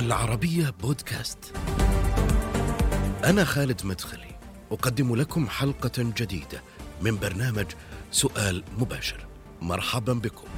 العربية بودكاست. أنا خالد مدخلي أقدم لكم حلقة جديدة من برنامج سؤال مباشر. مرحبا بكم.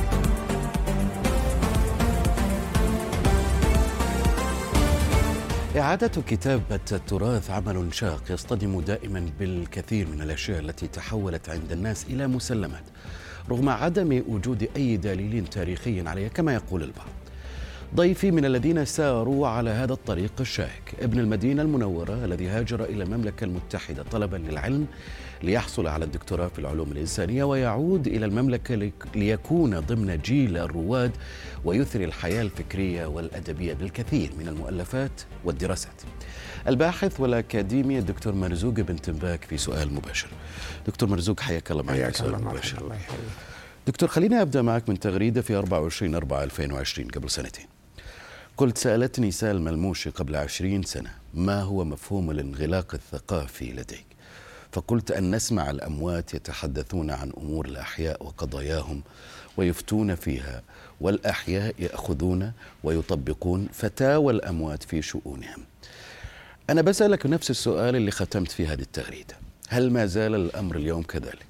إعادة كتابة التراث عمل شاق يصطدم دائما بالكثير من الأشياء التي تحولت عند الناس إلى مسلمات رغم عدم وجود أي دليل تاريخي عليها كما يقول البعض. ضيفي من الذين ساروا على هذا الطريق الشائك ابن المدينة المنورة الذي هاجر إلى المملكة المتحدة طلبا للعلم ليحصل على الدكتوراه في العلوم الإنسانية ويعود إلى المملكة ليكون ضمن جيل الرواد ويثري الحياة الفكرية والأدبية بالكثير من المؤلفات والدراسات. الباحث والأكاديمي الدكتور مرزوق بن تنباك في سؤال مباشر. دكتور مرزوق حياك الله معك في سؤال مباشر. الله يحييك. دكتور خليني أبدأ معك من تغريدة في 24/4/2020 قبل سنتين. قلت: سألتني سالمة الموشي قبل 20 سنة ما هو مفهوم الانغلاق الثقافي لديك؟ فقلت أن نسمع الأموات يتحدثون عن أمور الأحياء وقضاياهم ويفتون فيها، والأحياء يأخذون ويطبقون فتاوى الأموات في شؤونهم. أنا بسألك نفس السؤال اللي ختمت في هذه التغريدة، هل ما زال الأمر اليوم كذلك؟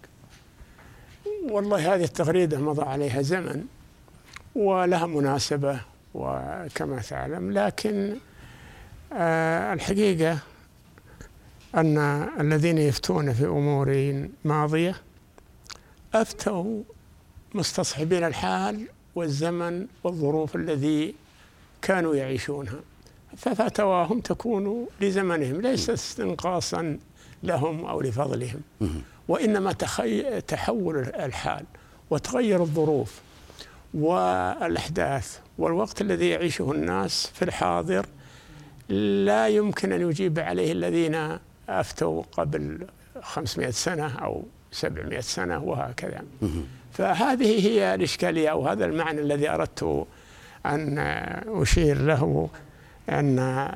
والله هذه التغريدة مضى عليها زمن ولها مناسبة وكما تعلم، لكن الحقيقة أن الذين يفتون في أمور ماضية أفتوا مستصحبين الحال والزمن والظروف الذي كانوا يعيشونها، ففتواهم تكون لزمنهم ليس استنقاصا لهم أو لفضلهم، وإنما تحول الحال وتغير الظروف والأحداث والوقت الذي يعيشه الناس في الحاضر لا يمكن أن يجيب عليه الذين أفتوا قبل 500 سنة أو 700 سنة وهكذا. فهذه هي الإشكالية أو هذا المعنى الذي أردت أن أشير له، أن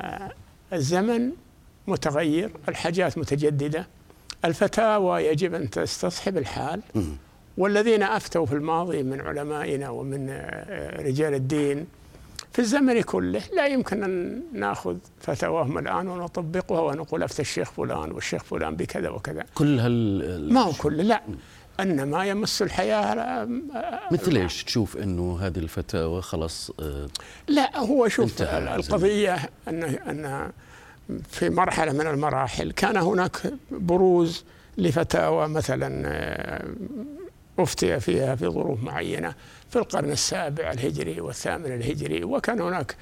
الزمن متغير، الحاجات متجددة، الفتاوى يجب أن تستصحب الحال، والذين أفتوا في الماضي من علمائنا ومن رجال الدين في الزمن كله لا يمكن أن نأخذ فتاواهم الآن ونطبقها ونقول أفتى الشيخ فلان والشيخ فلان بكذا وكذا. كل ما هو كل، لا، أن ما يمس الحياة. مثل إيش تشوف أنه هذه الفتاوى خلاص؟ لا، هو شوف القضية أن في مرحلة من المراحل كان هناك بروز لفتاوى مثلا أفتي فيها في ظروف معينة في القرن السابع الهجري والثامن الهجري، وكان هناك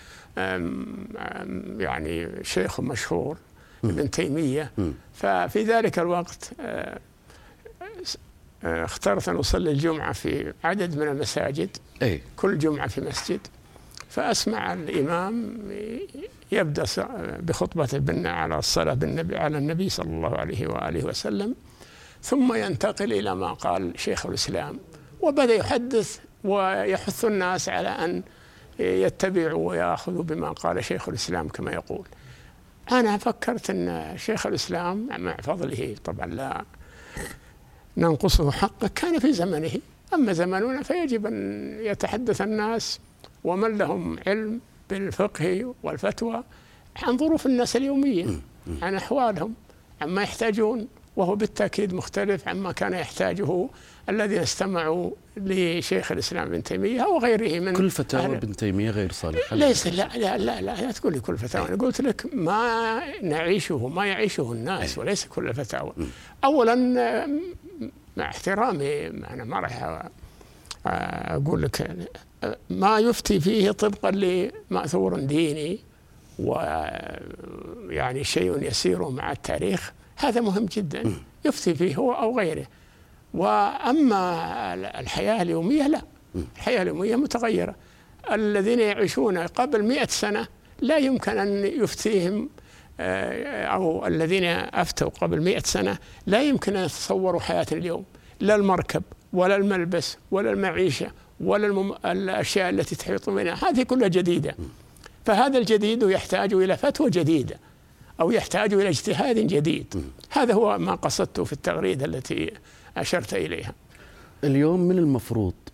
يعني شيخ مشهور ابن تيمية، ففي ذلك الوقت اخترت أن أصلي الجمعة في عدد من المساجد، كل جمعة في مسجد، فأسمع الإمام يبدأ بخطبة على الصلاة على النبي صلى الله عليه وآله وسلم، ثم ينتقل إلى ما قال شيخ الإسلام، وبدأ يحدث ويحث الناس على أن يتبعوا ويأخذوا بما قال شيخ الإسلام كما يقول. أنا فكرت أن شيخ الإسلام مع فضله طبعا لا ننقصه حقه كان في زمنه، أما زمننا فيجب أن يتحدث الناس ومن لهم علم بالفقه والفتوى عن ظروف الناس اليومية، عن أحوالهم، عما يحتاجون، وهو بالتأكيد مختلف عما كان يحتاجه الذين استمعوا لشيخ الإسلام ابن تيمية أو غيره من كل فتاوى ابن تيمية غير صالحة. ليس، لا تقول لي كل فتاوى، أنا قلت لك ما نعيشه ما يعيشه الناس وليس كل الفتاوى. أولا مع احترامي أنا ما راح أقول لك ما يفتي فيه طبقا لمأثور ديني ويعني شيء يسير مع التاريخ، هذا مهم جدا يفتي فيه هو أو غيره. وأما الحياة اليومية لا، الحياة اليومية متغيرة. الذين يعيشون قبل 100 سنة لا يمكن أن يفتيهم، أو الذين أفتوا قبل 100 سنة لا يمكن أن يتصوروا حياة اليوم، لا المركب ولا الملبس ولا المعيشة ولا الأشياء التي تحيط بنا، هذه كلها جديدة. فهذا الجديد يحتاج إلى فتوى جديدة أو يحتاج إلى اجتهاد جديد. هذا هو ما قصدته في التغريدة التي أشرت إليها. اليوم من المفروض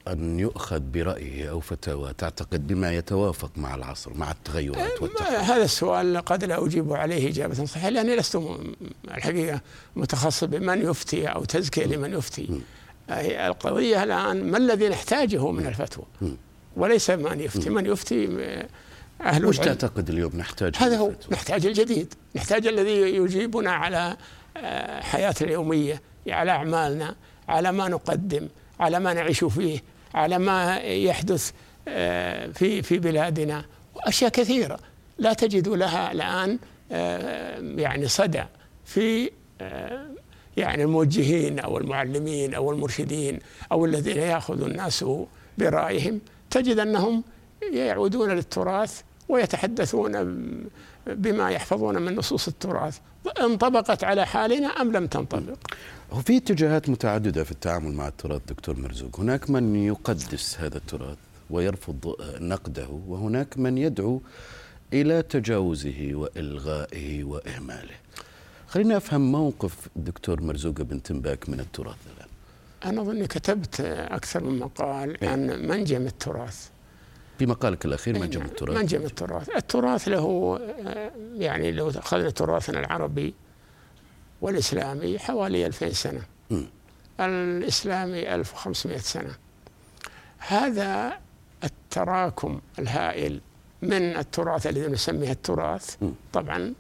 أن يؤخذ برأيه أو فتوى تعتقد بما يتوافق مع العصر مع التغيرات والتحول؟ هذا السؤال قد لا أجيب عليه إجابة صحيحة، لأني لست الحقيقة متخصص بمن يفتي أو تزكية لمن يفتي. القضية الآن ما الذي نحتاجه من الفتوى، وليس من يفتي. من يفتي أهل وش تعتقد اليوم نحتاج؟ هذا هو، نحتاج الجديد، نحتاج الذي يجيبنا على حياتنا اليومية، على أعمالنا، على ما نقدم، على ما نعيش فيه، على ما يحدث في بلادنا، وأشياء كثيرة لا تجد لها الآن يعني صدى في يعني الموجهين أو المعلمين أو المرشدين أو الذين يأخذ الناس برأيهم. تجد أنهم يعودون للتراث ويتحدثون بما يحفظون من نصوص التراث، انطبقت على حالنا أم لم تنطبق. وفي اتجاهات متعددة في التعامل مع التراث دكتور مرزوق. هناك من يقدس هذا التراث ويرفض نقده، وهناك من يدعو إلى تجاوزه وإلغائه وإهماله. خلينا أفهم موقف الدكتور مرزوق بن تنباك من التراث الآن. أنا أظني كتبت أكثر من مقال عن منجم التراث. في مقالك الأخير منجم التراث. منجم التراث له يعني لو أخذنا تراثنا العربي والإسلامي حوالي 2000 سنة، الإسلامي 1500 سنة. هذا التراكم الهائل من التراث الذي نسميه التراث، طبعا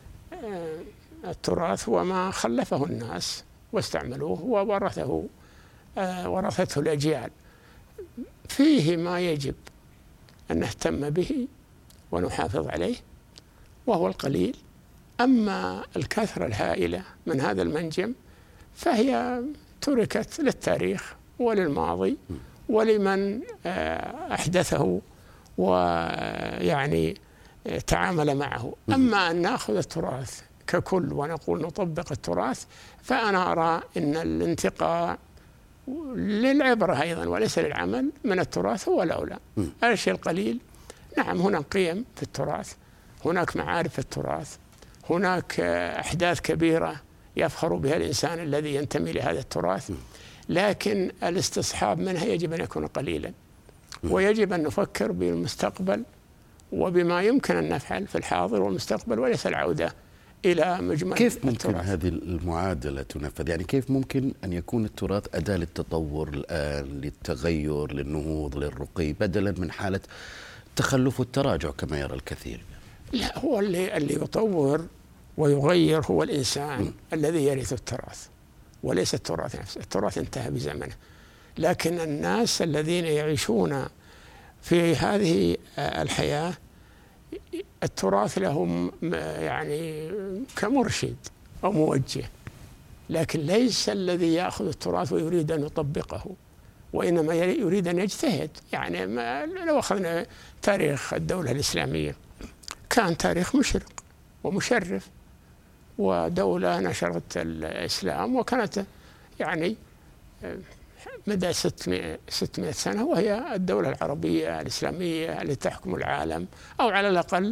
التراث هو ما خلفه الناس واستعملوه ورثته الأجيال. فيه ما يجب أن نهتم به ونحافظ عليه وهو القليل. أما الكثرة الهائلة من هذا المنجم فهي تركت للتاريخ وللماضي ولمن أحدثه ويعني تعامل معه. أما أن نأخذ التراث ككل ونقول نطبق التراث، فأنا أرى أن الانتقاء للعبرة أيضا وليس للعمل من التراث هو الأولى. الشيء القليل، نعم هناك قيم في التراث، هناك معارف في التراث، هناك أحداث كبيرة يفخر بها الإنسان الذي ينتمي لهذا التراث، لكن الاستصحاب منها يجب أن يكون قليلا، ويجب أن نفكر بالمستقبل وبما يمكن أن نفعل في الحاضر والمستقبل، وليس العودة إلى مجمل. كيف ممكن هذه المعادلة تنفذ؟ يعني كيف ممكن أن يكون التراث أداة للتطور الآن، للتغير، للنهوض، للرقي، بدلا من حالة التخلف والتراجع كما يرى الكثير؟ لا، هو اللي يطور ويغير هو الإنسان الذي يرث التراث، وليس التراث نفسه. التراث انتهى بزمنه، لكن الناس الذين يعيشون في هذه الحياة التراث لهم يعني كمرشد أو موجه، لكن ليس الذي يأخذ التراث ويريد أن يطبقه، وإنما يريد أن يجتهد. يعني لو أخذنا تاريخ الدولة الإسلامية كان تاريخ مشرق ومشرف، ودولة نشرت الإسلام وكانت يعني مدى 600 سنة وهي الدولة العربية الإسلامية التي تحكم العالم، أو على الأقل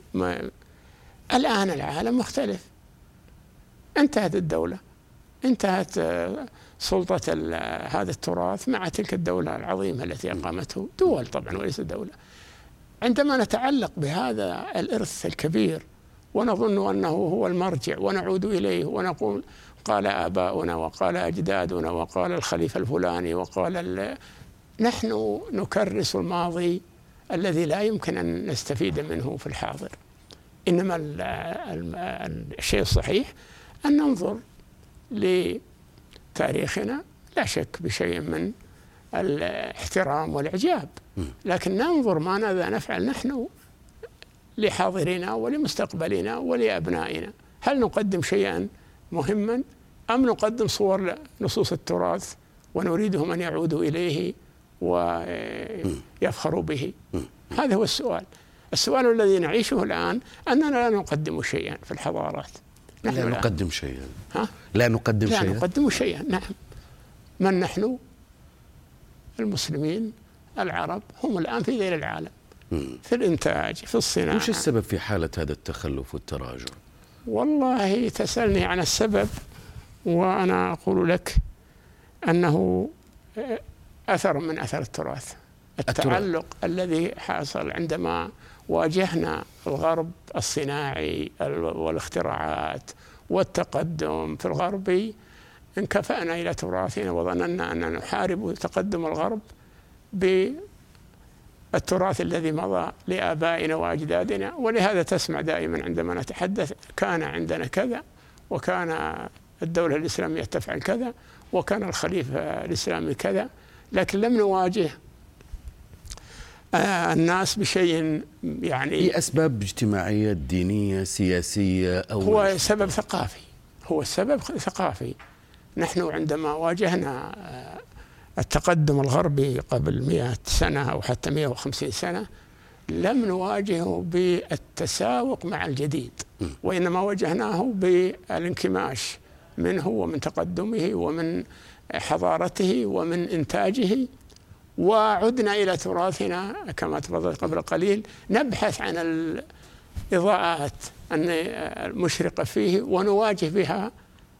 الآن العالم مختلف، انتهت الدولة، انتهت سلطة هذا التراث مع تلك الدولة العظيمة التي أقامته، دول طبعا وليس دولة. عندما نتعلق بهذا الإرث الكبير ونظن أنه هو المرجع ونعود إليه ونقول قال آباؤنا وقال أجدادنا وقال الخليفة الفلاني وقال نحن نكرس الماضي الذي لا يمكن أن نستفيد منه في الحاضر. إنما الشيء الصحيح أن ننظر لتاريخنا لا شك بشيء من الاحترام والإعجاب، لكن ننظر ماذا نفعل نحن لحاضرنا ولمستقبلنا ولأبنائنا. هل نقدم شيئا مهما أم نقدم صور نصوص التراث ونريدهم أن يعودوا إليه ويفخروا به؟ هذا هو السؤال. السؤال الذي نعيشه الآن أننا لا نقدم شيئا في الحضارات. لا نقدم شيئا. لا نقدم شيئا. نعم. من نحن؟ المسلمين العرب هم الآن في ذيل العالم، في الإنتاج، في الصناعة. وش السبب في حالة هذا التخلف والتراجع؟ والله تسألني عن السبب وأنا أقول لك أنه أثر من أثر التراث، التعلق الذي حصل عندما واجهنا الغرب الصناعي والاختراعات والتقدم في الغرب، انكفأنا إلى تراثنا وظننا أننا نحارب تقدم الغرب بالتراث الذي مضى لآبائنا وأجدادنا. ولهذا تسمع دائما عندما نتحدث كان عندنا كذا، وكان الدولة الإسلامية تفعل كذا، وكان الخليفة الإسلامي كذا، لكن لم نواجه الناس بشيء يعني أسباب اجتماعية دينية سياسية أو هو سبب ثقافي، هو السبب ثقافي. نحن عندما واجهنا التقدم الغربي قبل 100 سنة أو حتى 150 سنة لم نواجهه بالتساوق مع الجديد، وإنما واجهناه بالانكماش منه ومن تقدمه ومن حضارته ومن إنتاجه، وعدنا إلى تراثنا كما تفضلت قبل قليل، نبحث عن الإضاءات المشرقة فيه ونواجه بها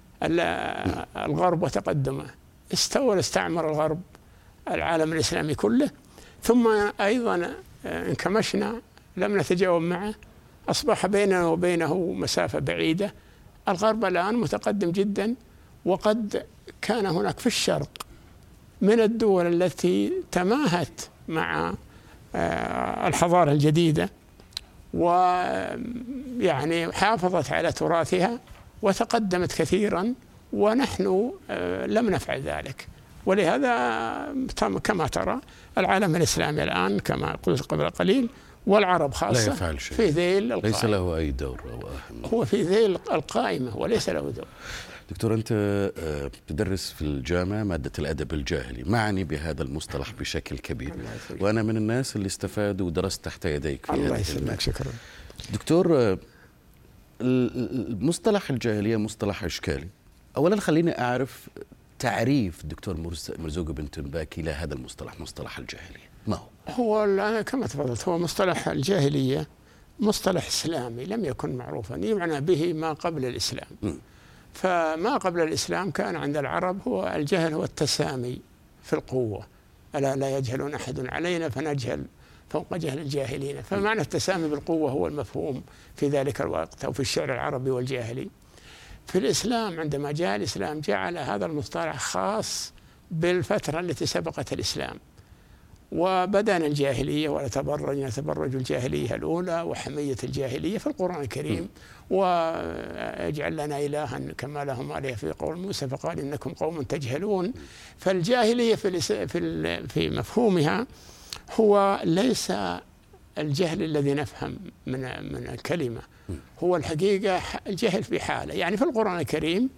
الغرب وتقدمه. استعمر الغرب العالم الإسلامي كله، ثم أيضا انكمشنا، لم نتجاوب معه، أصبح بيننا وبينه مسافة بعيدة. الغرب الآن متقدم جدا، وقد كان هناك في الشرق من الدول التي تماهت مع الحضارة الجديدة ويعني حافظت على تراثها وتقدمت كثيرا، ونحن لم نفعل ذلك. ولهذا كما ترى العالم الإسلامي الآن كما قلت قبل قليل والعرب خاصة في ذيل القائمة، ليس له أي دور هو في ذيل القائمة وليس له دور. دكتور، أنت تدرس في الجامعة مادة الأدب الجاهلي، معني بهذا المصطلح بشكل كبير، وأنا من الناس اللي استفادوا ودرست تحت يديك في الله يسلمك. شكرا دكتور. المصطلح الجاهلية مصطلح إشكالي. أولا خليني أعرف تعريف دكتور مرزوق بن تنباكي لهذا المصطلح، مصطلح الجاهلية ما هو؟ هو كما تفضلت هو مصطلح الجاهلية مصطلح إسلامي لم يكن معروفا، يمعنى به ما قبل الإسلام. فما قبل الإسلام كان عند العرب هو الجهل هو التسامي في القوة، ألا لا يجهل أحد علينا فنجهل فوق جهل الجاهلين. فمعنى التسامي بالقوة هو المفهوم في ذلك الوقت أو في الشعر العربي والجاهلي. في الإسلام عندما جاء الإسلام جعل هذا المصطلح خاص بالفترة التي سبقت الإسلام، وبدأنا الجاهلية ولتبرجنا تبرج الجاهلية الأولى وحمية الجاهلية في القرآن الكريم، واجعل لنا إلها كما لهم آلهة في قول موسى فقال إنكم قوم تجهلون. فالجاهلية في مفهومها هو ليس الجهل الذي نفهم من الكلمة، هو الحقيقة الجهل في حالة. يعني في القرآن الكريم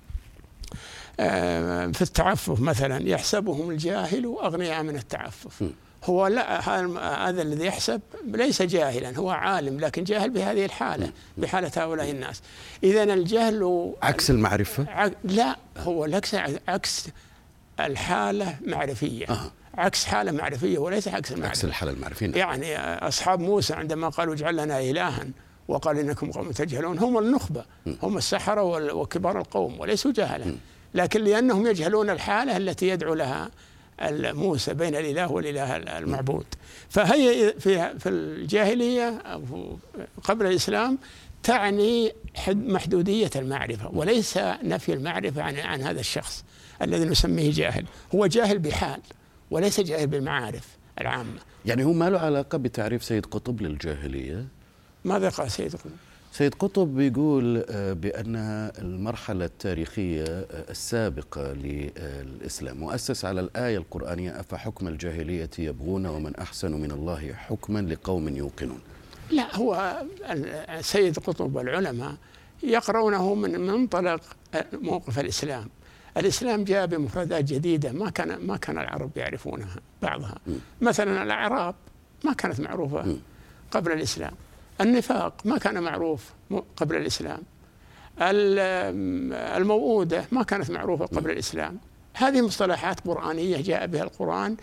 في التعفف مثلا يحسبهم الجاهل أغنياء من التعفف. هو لا، هذا الذي يحسب ليس جاهلا، هو عالم لكن جاهل بهذه الحالة، بحالة هؤلاء الناس. إذن الجهل عكس المعرفة؟ لا، هو عكس الحالة معرفية. عكس حالة معرفية وليس عكس المعرفة. عكس الحالة المعرفية. يعني أصحاب موسى عندما قالوا اجعل لنا إلها وقال إنكم قوم تجهلون، هم النخبة، هم السحرة وكبار القوم وليسوا جهلا، لكن لأنهم يجهلون الحالة التي يدعو لها موسى بين الإله والإله المعبود. فهي في الجاهلية قبل الإسلام تعني محدودية المعرفة وليس نفي المعرفة عن هذا الشخص الذي نسميه جاهل. هو جاهل بحال وليس جاهل بالمعارف العامة. يعني هو ما له علاقة بتعريف سيد قطب للجاهلية؟ ماذا قال سيد قطب؟ سيد قطب بيقول بأنها المرحلة التاريخية السابقة للإسلام مؤسس على الآية القرآنية أفحكم الجاهلية يبغون ومن أحسن من الله حكما لقوم يوقنون. لا، هو سيد قطب والعلماء يقرونه من منطلق موقف الإسلام. الإسلام جاء بمفردات جديدة ما كان العرب يعرفونها بعضها. مثلا الأعراب ما كانت معروفة قبل الإسلام، النفاق ما كان معروف قبل الإسلام، الموؤودة ما كانت معروفة قبل الإسلام. هذه مصطلحات قرآنية جاء بها القرآن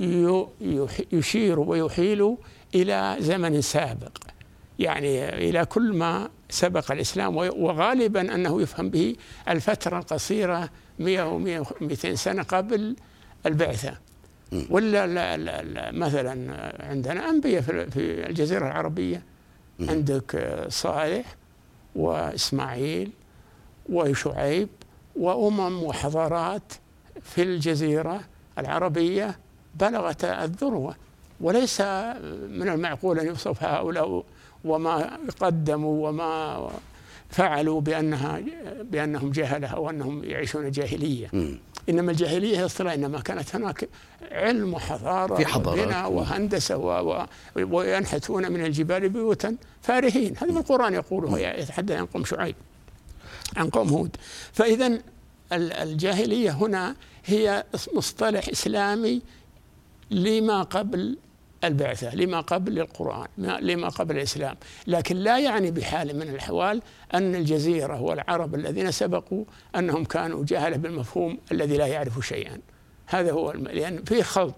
يشير ويحيل إلى زمن سابق، يعني إلى كل ما سبق الإسلام، وغالبا أنه يفهم به الفترة القصيرة 100 و200 سنة قبل البعثة. ولا لا مثلا عندنا أنبياء في الجزيرة العربية، عندك صالح وإسماعيل وشعيب وأمم وحضارات في الجزيرة العربية بلغت الذروة، وليس من المعقول أن يوصف هؤلاء وما قدموا وما فعلوا بأنهم جهلة أو أنهم يعيشون جاهلية. إنما الجاهلية هي الصلاة، إنما كانت هناك علم وحضارة وبناء وهندسة وينحتون من الجبال بيوتا فارهين. هذا من القرآن يقوله، يتحدث عن قوم شعيب، عن قوم هود. فإذا الجاهلية هنا هي مصطلح إسلامي لما قبل البعثة، لما قبل القرآن، لما قبل الإسلام، لكن لا يعني بحال من الأحوال أن الجزيرة والعرب الذين سبقوا أنهم كانوا جهلة بالمفهوم الذي لا يعرف شيئا. هذا هو، لأن فيه خلط.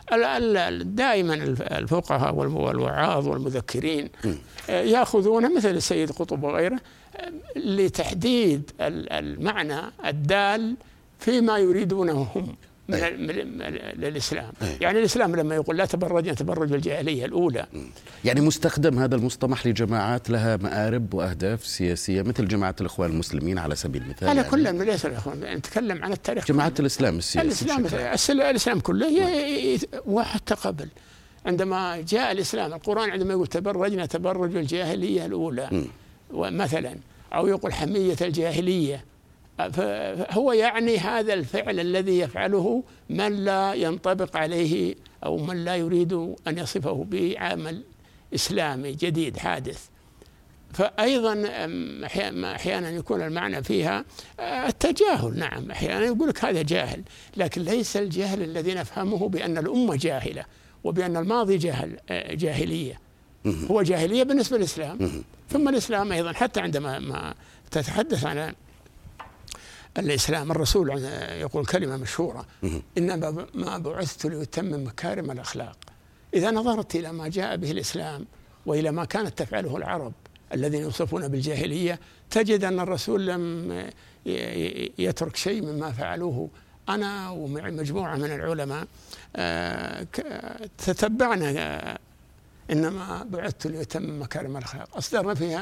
دائما الفقهاء والوعاظ والمذكرين يأخذون مثل السيد قطب وغيره لتحديد المعنى الدال فيما يريدونه هم للإسلام. يعني الإسلام لما يقول لا تبرجنا تبرج الجاهلية الأولى، يعني مستخدم هذا المصطلح لجماعات لها مآرب وأهداف سياسية مثل جماعة الإخوان المسلمين على سبيل المثال. أنا كلها ليس الإخوان، نتكلم عن التاريخ. جماعة الإسلام السياسي، الإسلام كله. وحتى قبل عندما جاء الإسلام، القرآن عندما يقول تبرجنا تبرج الجاهلية الأولى مثلا، أو يقول حمية الجاهلية، فهو يعني هذا الفعل الذي يفعله من لا ينطبق عليه أو من لا يريد أن يصفه بعمل إسلامي جديد حادث. فأيضا أحيانا يكون المعنى فيها التجاهل. نعم، أحيانا يقول لك هذا جاهل، لكن ليس الجهل الذي نفهمه بأن الأمة جاهلة وبأن الماضي جاهلية. هو جاهلية بالنسبة للإسلام. ثم الإسلام أيضا حتى عندما تتحدث عن الإسلام، الرسول يقول كلمة مشهورة: إنما ما بعثت لأتمم مكارم الأخلاق. إذا نظرت إلى ما جاء به الإسلام وإلى ما كانت تفعله العرب الذين يوصفون بالجاهلية، تجد أن الرسول لم يترك شيء مما فعلوه. أنا ومجموعة من العلماء تتبعنا إنما بعثت لأتمم مكارم الأخلاق، أصدرنا فيها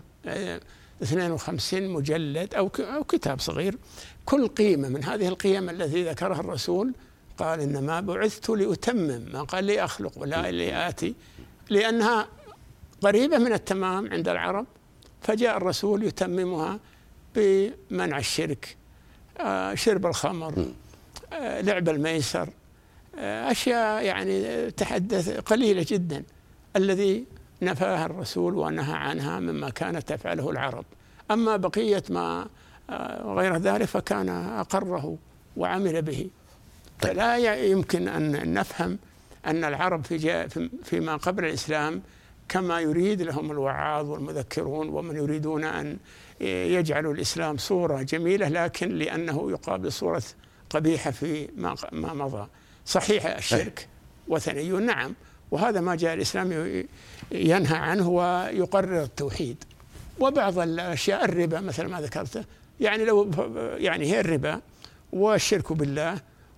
152 مجلد أو كتاب صغير. كل قيمة من هذه القيم التي ذكرها الرسول قال إنما بعثت لأتمم، ما قال لي أخلق ولا لي آتي، لأنها قريبة من التمام عند العرب، فجاء الرسول يتممها بمنع الشرك، شرب الخمر، لعب الميسر، أشياء يعني تحدث قليلة جدا الذي نفاها الرسول ونهى عنها مما كانت تفعله العرب. أما بقية ما غير ذلك فكان أقره وعمل به. فلا يمكن أن نفهم أن العرب فيما قبل الإسلام كما يريد لهم الوعاظ والمذكرون ومن يريدون أن يجعلوا الإسلام صورة جميلة، لكن لأنه يقابل صورة قبيحة في ما مضى. صحيح الشرك وثني، نعم، وهذا ما جاء الإسلام ينهى عنه ويقرر التوحيد. وبعض الأشياء الربا مثل ما ذكرته، يعني لو يعني هي الربا والشرك بالله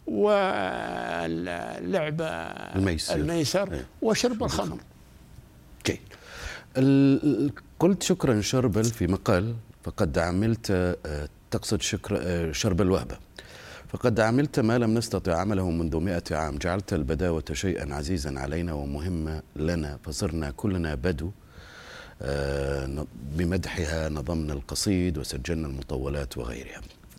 واللعب الميسر وشرب الخمر. قلت شكرا شربل في مقال، فقد عملت تقصد شرب الوهبة، فقد عملت ما لم نستطع عمله منذ 100 عام، جعلت البداوة شيئا عزيزا علينا ومهما لنا، فصرنا كلنا بدو. بمدحها نظمنا القصيد وسجلنا المطولات وغيرها.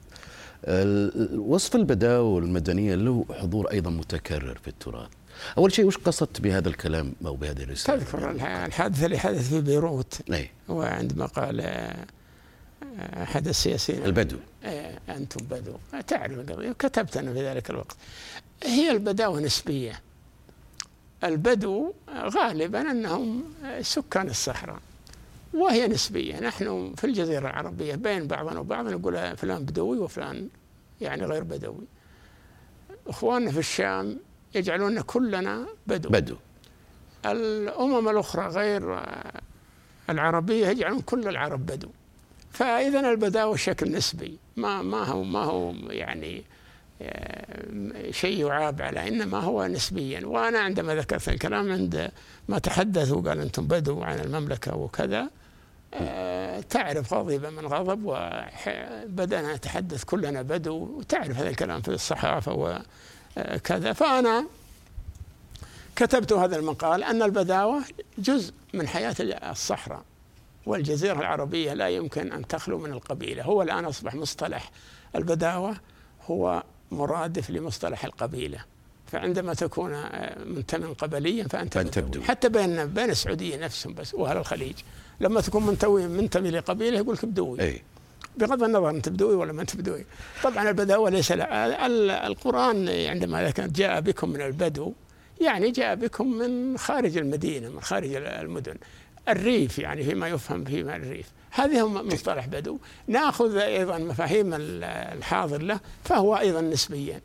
وصف البداوة المدنية له حضور أيضا متكرر في التراث. أول شيء وش قصدت بهذا الكلام أو بهذه الرسالة؟ تذكر الحادث اللي حدث في بيروت، وعندما قال أحد السياسيين البدو، أنتم بدو، تعرف القضية، كتبت أنا في ذلك الوقت. هي البداوة نسبية. البدو غالبا أنهم سكان الصحراء، وهي نسبية. نحن في الجزيرة العربية بين بعضنا وبعض نقول فلان بدوي وفلان يعني غير بدوي. إخواننا في الشام يجعلون كلنا بدو. الأمم الأخرى غير العربية يجعلون كل العرب بدو. فإذا البداوة شكل نسبي، ما هو يعني شيء يعاب على، إنما هو نسبيا. وأنا عندما ذكرت الكلام عند ما تحدثوا قال أنتم بدوا عن المملكة وكذا، تعرف غضب من غضب، وبدأنا نتحدث كلنا بدو، وتعرف هذا الكلام في الصحافة وكذا. فأنا كتبت هذا المقال أن البداوة جزء من حياة الصحراء، والجزيرة العربية لا يمكن أن تخلو من القبيلة. هو الآن أصبح مصطلح البداوة هو مرادف لمصطلح القبيلة. فعندما تكون منتمي قبليا فأنت بدوي. حتى بين السعودية نفسهم بس وأهل الخليج، لما تكون منتمي لقبيلة يقول لك بدوي، بغض النظر أنت بدوي ولا ما أنت بدوي. طبعا البداوة ليس القرآن عندما جاء بكم من البدو يعني جاء بكم من خارج المدينة، من خارج المدن، الريف، يعني فيما يفهم فيما الريف. هذه هو مصطلح بدو. نأخذ أيضا مفاهيم الحاضر له، فهو أيضا نسبيا.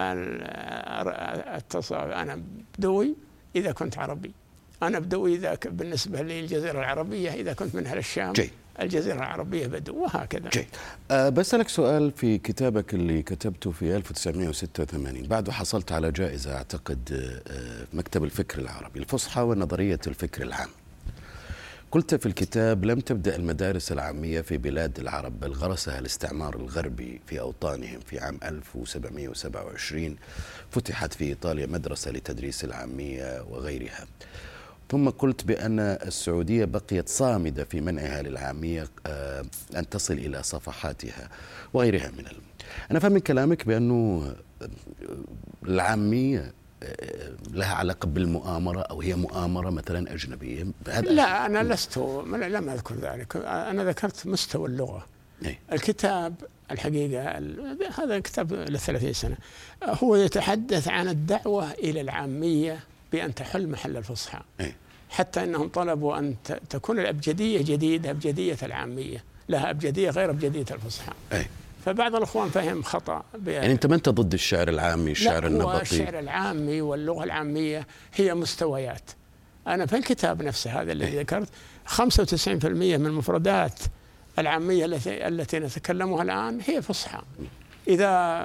أنا بدوي إذا كنت عربي، أنا بدوي إذا بالنسبة للجزيرة العربية إذا كنت من أهل الشام. جي. الجزيرة العربية بدو، وهكذا. بسألك سؤال في كتابك اللي كتبته في 1986، بعده حصلت على جائزة أعتقد مكتب الفكر العربي، الفصحى ونظرية الفكر العام. قلت في الكتاب: لم تبدأ المدارس العامية في بلاد العرب، بل غرسها الاستعمار الغربي في أوطانهم. في عام 1727 فتحت في إيطاليا مدرسة لتدريس العامية وغيرها. ثم قلت بأن السعودية بقيت صامدة في منعها للعامية أن تصل إلى صفحاتها وغيرها من أنا فهم من كلامك بأنه العامية لها علاقة بالمؤامرة، أو هي مؤامرة مثلا أجنبية. لا، أنا لم أذكر ذلك. أنا ذكرت مستوى اللغة. الكتاب الحقيقة هذا كتاب ل30 سنة، هو يتحدث عن الدعوة إلى العامية بأن تحل محل الفصحى. حتى أنهم طلبوا أن تكون الأبجدية جديدة، أبجدية العامية، لها أبجدية غير أبجدية الفصحى. فبعض الأخوان فهم خطأ. يعني أنت ما أنت ضد الشعر العامي، الشعر النبطي؟ لا، الشعر العامي واللغة العامية هي مستويات. أنا في الكتاب نفسه هذا الذي ذكرت 95% من المفردات العامية التي نتكلمها الآن هي فصحى. إذا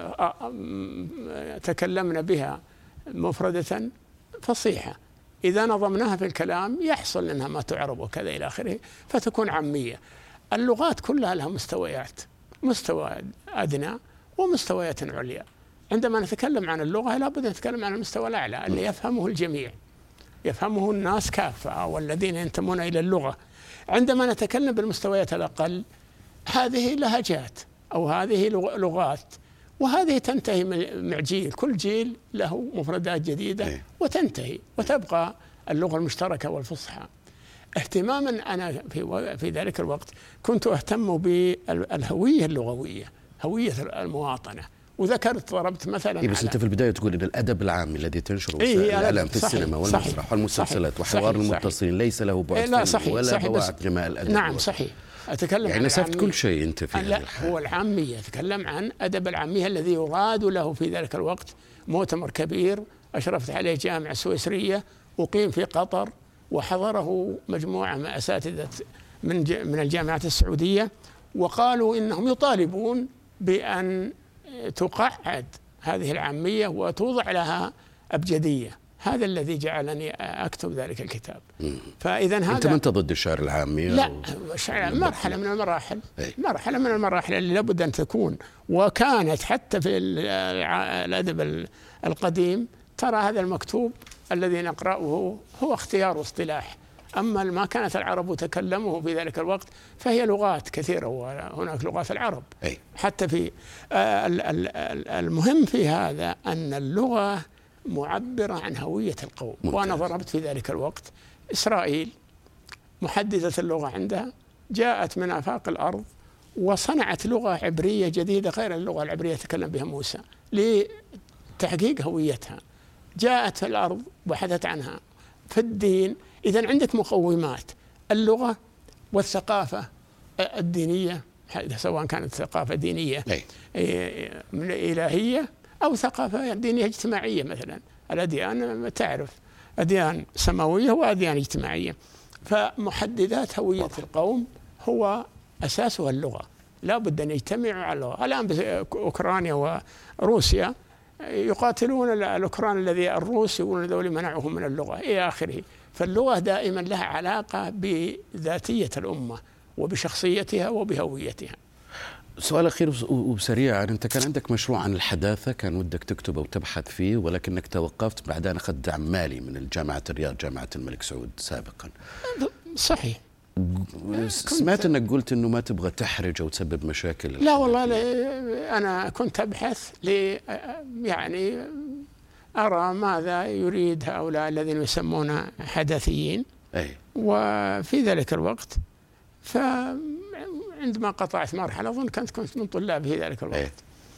تكلمنا بها مفردة فصيحة، إذا نظمناها في الكلام يحصل أنها ما تعرب وكذا إلى آخره، فتكون عامية. اللغات كلها لها مستويات، مستوى أدنى ومستويات عليا. عندما نتكلم عن اللغة لابد أن نتكلم عن المستوى الأعلى اللي يفهمه الجميع، يفهمه الناس كافة والذين ينتمون إلى اللغة. عندما نتكلم بالمستويات الأقل، هذه لهجات أو هذه لغات، وهذه تنتهي مع جيل، كل جيل له مفردات جديدة وتنتهي، وتبقى اللغة المشتركة والفصحى. اهتماما أنا في ذلك الوقت كنت أهتم بالهوية اللغوية، هوية المواطنة، وذكرت ضربت مثلا. بس أنت في البداية تقول إن الأدب العامي الذي تنشره الإعلام في السينما والمسرح والمسلسلات وحوار المتصلين ليس له بعد فني ولا بواعث جماع الأدب. نعم صحيح. أتكلم يعني نسفت كل شيء أنت في لا، هو العامية. أتكلم عن أدب العامية الذي يراد له في ذلك الوقت مؤتمر كبير أشرفت عليه جامعة سويسرية أقيم في قطر، وحضره مجموعة من أساتذة من الجامعات السعودية، وقالوا إنهم يطالبون بأن تقعد هذه العامية وتوضع لها أبجدية. هذا الذي جعلني أكتب ذلك الكتاب. فإذا هذا أنت ما أنت ضد الشعر العامي؟ لا، الشعر مرحلة من المراحل، مرحلة من المراحل اللي لابد أن تكون. وكانت حتى في الأدب القديم ترى هذا المكتوب الذي نقرأه هو اختيار واصطلاح. أما ما كانت العرب تكلمه في ذلك الوقت فهي لغات كثيرة، وهناك لغات العرب. حتى في المهم في هذا أن اللغة معبرة عن هوية القوم. وأنا ضربت في ذلك الوقت إسرائيل محدثة اللغة عندها جاءت من آفاق الأرض وصنعت لغة عبرية جديدة غير اللغة العبرية يتكلم بها موسى لتحقيق هويتها. جاءت في الأرض وبحثت عنها في الدين. إذن عندك مقومات: اللغة والثقافة الدينية، سواء كانت ثقافة دينية إلهية أو ثقافة دينية اجتماعية. مثلا الأديان تعرف أديان سماوية وأديان اجتماعية. فمحددات هوية القوم هو أساسها اللغة. لا بد أن يجتمعوا على اللغة. الآن أوكرانيا وروسيا يقاتلون الأوكران الروس يقولون ذولي منعهم من اللغة إلى آخره. فاللغة دائما لها علاقة بذاتية الأمة وبشخصيتها وبهويتها. سؤال أخير وسريع، أنت كان عندك مشروع عن الحداثة كان ودك تكتبه وتبحث فيه، ولكنك توقفت بعدين أخذت دعم مالي من جامعة الرياض، جامعة الملك سعود سابقا. صحيح. سمعت أنك قلت أنه ما تبغى تحرج أو تسبب مشاكل. لا والله أنا كنت أبحث يعني أرى ماذا يريد هؤلاء الذين يسمون حداثيين. وفي ذلك الوقت فعندما قطعت مرحلة أظن كنت من طلاب في ذلك الوقت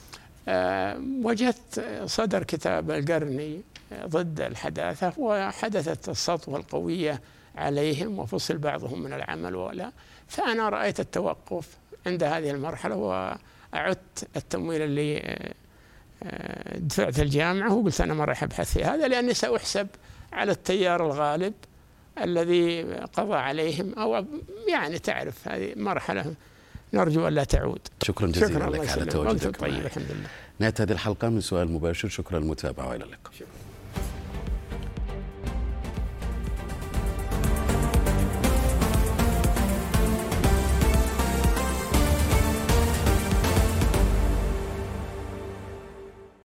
وجدت صدر كتاب القرني ضد الحداثة، وحدثت السطوة القوية عليهم وفصل بعضهم من العمل ولا. فأنا رأيت التوقف عند هذه المرحلة وأعدت التمويل اللي دفعت الجامعة، وقلت أنا ما راح أبحث في هذا لأني سأحسب على التيار الغالب الذي قضى عليهم، أو يعني تعرف هذه مرحلة نرجو أن لا تعود. شكرا جزيلا لك على تواجدك طيب الحمد لله. نهاية هذه الحلقة من سؤال مباشر. شكرا للمتابعة وإلى اللقاء.